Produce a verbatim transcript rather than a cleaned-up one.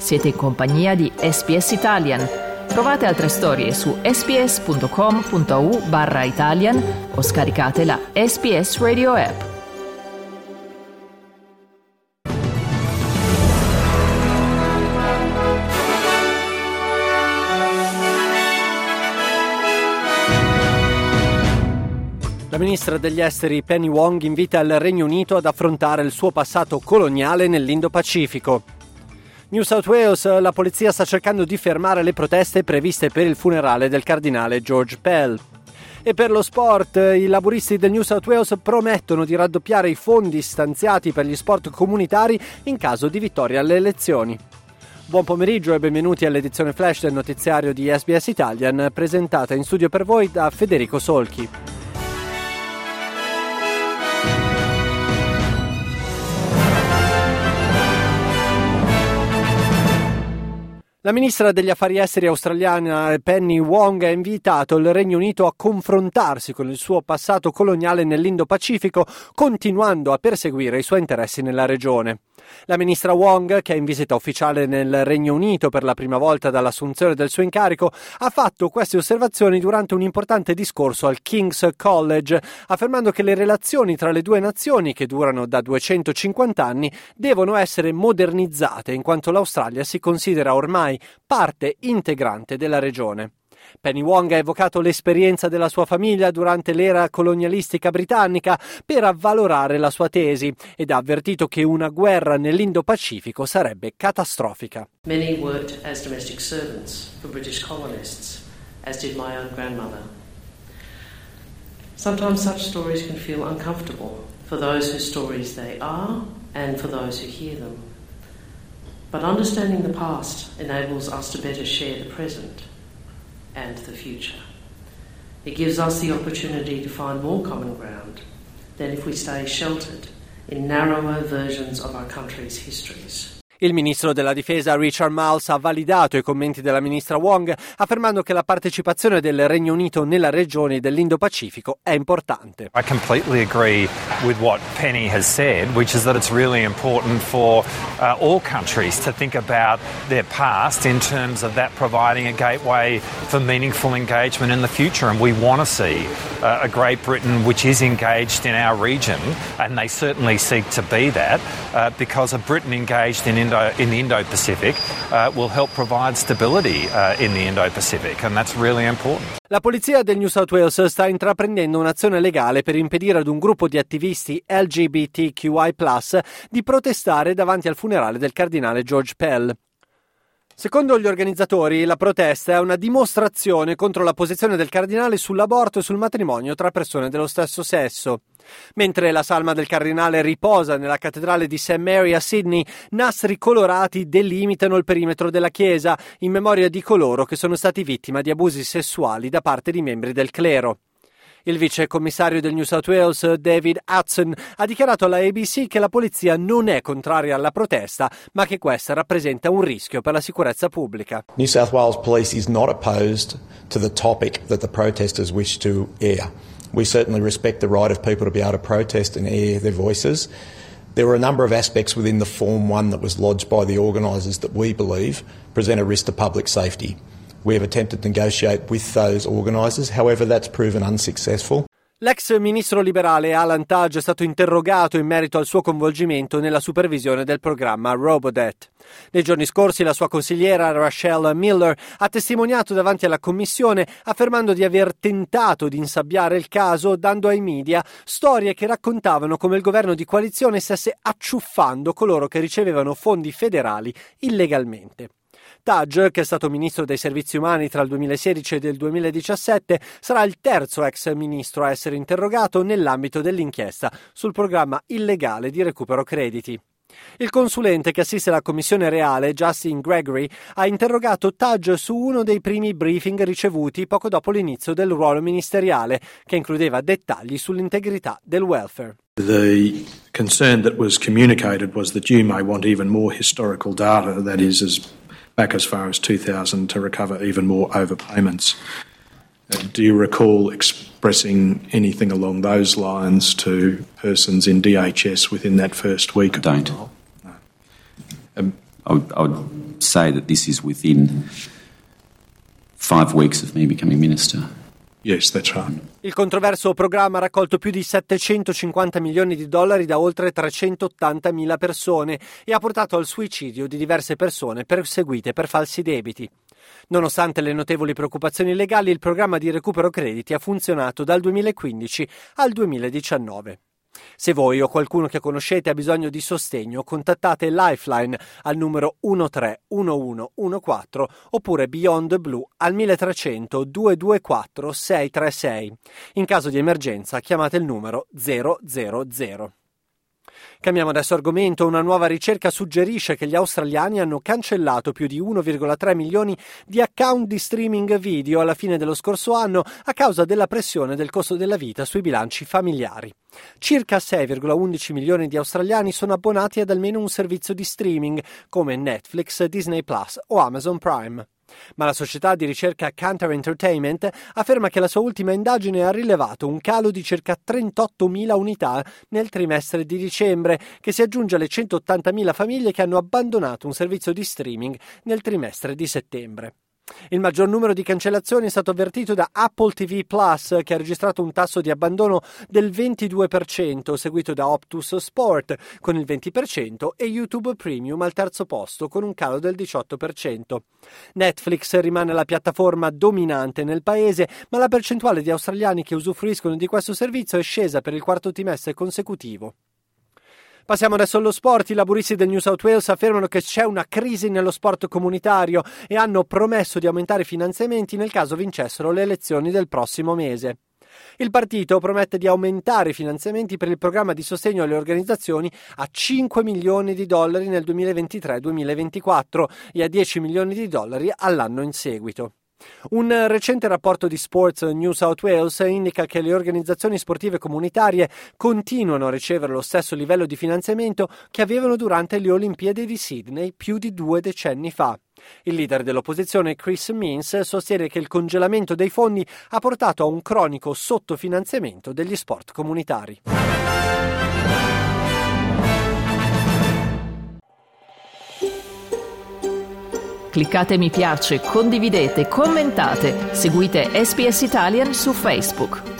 Siete in compagnia di S B S Italian. Trovate altre storie su sbs.com.au barra Italian o scaricate la S B S Radio app. La ministra degli esteri Penny Wong invita il Regno Unito ad affrontare il suo passato coloniale nell'Indo-Pacifico. New South Wales, la polizia sta cercando di fermare le proteste previste per il funerale del cardinale George Pell. E per lo sport, i laburisti del New South Wales promettono di raddoppiare i fondi stanziati per gli sport comunitari in caso di vittoria alle elezioni. Buon pomeriggio e benvenuti all'edizione flash del notiziario di S B S Italian, presentata in studio per voi da Federico Solchi. La ministra degli affari esteri australiana Penny Wong ha invitato il Regno Unito a confrontarsi con il suo passato coloniale nell'Indo-Pacifico, continuando a perseguire i suoi interessi nella regione. La ministra Wong, che è in visita ufficiale nel Regno Unito per la prima volta dall'assunzione del suo incarico, ha fatto queste osservazioni durante un importante discorso al King's College, affermando che le relazioni tra le due nazioni, che durano da duecentocinquanta anni, devono essere modernizzate, in quanto l'Australia si considera ormai parte integrante della regione. Penny Wong ha evocato l'esperienza della sua famiglia durante l'era colonialistica britannica per avvalorare la sua tesi ed ha avvertito che una guerra nell'Indo-Pacifico sarebbe catastrofica. Many worked as domestic servants for British colonists, as did my own grandmother. Sometimes such stories can feel uncomfortable for those whose stories they are and for those who hear them. But understanding the past enables us to better share the present and the future. It gives us the opportunity to find more common ground than if we stay sheltered in narrower versions of our country's histories. Il ministro della difesa Richard Marles ha validato i commenti della ministra Wong, affermando che la partecipazione del Regno Unito nella regione dell'Indo-Pacifico è importante. I completely agree with what Penny has said, which is that it's really important for uh, all countries to think about their past in terms of that providing a gateway for meaningful engagement in the future. And we want to see uh, a Great Britain which is engaged in our region, and they certainly seek to be that, uh, because a Britain engaged in Indo, in the Indo-Pacific uh, will help provide stability uh, in the Indo-Pacific, and that's really important. La polizia del New South Wales sta intraprendendo un'azione legale per impedire ad un gruppo di attivisti L G B T Q I plus, di protestare davanti al funerale del cardinale George Pell. Secondo gli organizzatori, la protesta è una dimostrazione contro la posizione del cardinale sull'aborto e sul matrimonio tra persone dello stesso sesso. Mentre la salma del cardinale riposa nella cattedrale di Saint Mary a Sydney, nastri colorati delimitano il perimetro della chiesa in memoria di coloro che sono stati vittima di abusi sessuali da parte di membri del clero. Il vice commissario del New South Wales, David Hudson, ha dichiarato alla A B C che la polizia non è contraria alla protesta, ma che questa rappresenta un rischio per la sicurezza pubblica. New South Wales Police is not opposed to the topic that the protesters wish to air. We certainly respect the right of people to be able to protest and air their voices. There were a number of aspects within the Form one that was lodged by the organisers that we believe present a risk to public safety. We have attempted to negotiate with those organisers, however that's proven unsuccessful. L'ex ministro liberale Alan Tudge è stato interrogato in merito al suo coinvolgimento nella supervisione del programma Robodebt. Nei giorni scorsi la sua consigliera Rachelle Miller ha testimoniato davanti alla commissione affermando di aver tentato di insabbiare il caso, dando ai media storie che raccontavano come il governo di coalizione stesse acciuffando coloro che ricevevano fondi federali illegalmente. Tudge, che è stato ministro dei servizi umani tra il duemilasedici e il duemiladiciassette, sarà il terzo ex ministro a essere interrogato nell'ambito dell'inchiesta sul programma illegale di recupero crediti. Il consulente che assiste la commissione reale, Justin Gregory, ha interrogato Tudge su uno dei primi briefing ricevuti poco dopo l'inizio del ruolo ministeriale, che includeva dettagli sull'integrità del welfare. The concern that was communicated was that you may want even more historical data, that is, as back as far as two thousand, to recover even more overpayments. Uh, do you recall expressing anything along those lines to persons in D H S within that first week? I don't. No. Um, I, would, I would say that this is within five weeks of me becoming minister. Yes, that's right. Il controverso programma ha raccolto più di settecentocinquanta milioni di dollari da oltre trecentottantamila persone e ha portato al suicidio di diverse persone perseguite per falsi debiti. Nonostante le notevoli preoccupazioni legali, il programma di recupero crediti ha funzionato dal duemilaquindici al duemiladiciannove. Se voi o qualcuno che conoscete ha bisogno di sostegno, contattate Lifeline al numero uno tre uno uno uno quattro oppure Beyond Blue al milletrecento due due quattro sei tre sei. In caso di emergenza chiamate il numero zero zero zero. Cambiamo adesso argomento. Una nuova ricerca suggerisce che gli australiani hanno cancellato più di uno virgola tre milioni di account di streaming video alla fine dello scorso anno a causa della pressione del costo della vita sui bilanci familiari. Circa sei virgola undici milioni di australiani sono abbonati ad almeno un servizio di streaming come Netflix, Disney Plus o Amazon Prime. Ma la società di ricerca Kantar Entertainment afferma che la sua ultima indagine ha rilevato un calo di circa trentottomila unità nel trimestre di dicembre, che si aggiunge alle centottantamila famiglie che hanno abbandonato un servizio di streaming nel trimestre di settembre. Il maggior numero di cancellazioni è stato avvertito da Apple T V Plus, che ha registrato un tasso di abbandono del ventidue per cento, seguito da Optus Sport con il venti per cento e YouTube Premium al terzo posto con un calo del diciotto per cento. Netflix rimane la piattaforma dominante nel paese, ma la percentuale di australiani che usufruiscono di questo servizio è scesa per il quarto trimestre consecutivo. Passiamo adesso allo sport. I laburisti del New South Wales affermano che c'è una crisi nello sport comunitario e hanno promesso di aumentare i finanziamenti nel caso vincessero le elezioni del prossimo mese. Il partito promette di aumentare i finanziamenti per il programma di sostegno alle organizzazioni a cinque milioni di dollari nel duemilaventitré duemilaventiquattro e a dieci milioni di dollari all'anno in seguito. Un recente rapporto di Sports New South Wales indica che le organizzazioni sportive comunitarie continuano a ricevere lo stesso livello di finanziamento che avevano durante le Olimpiadi di Sydney più di due decenni fa. Il leader dell'opposizione Chris Minns sostiene che il congelamento dei fondi ha portato a un cronico sottofinanziamento degli sport comunitari. Cliccate mi piace, condividete, commentate, seguite S B S Italian su Facebook.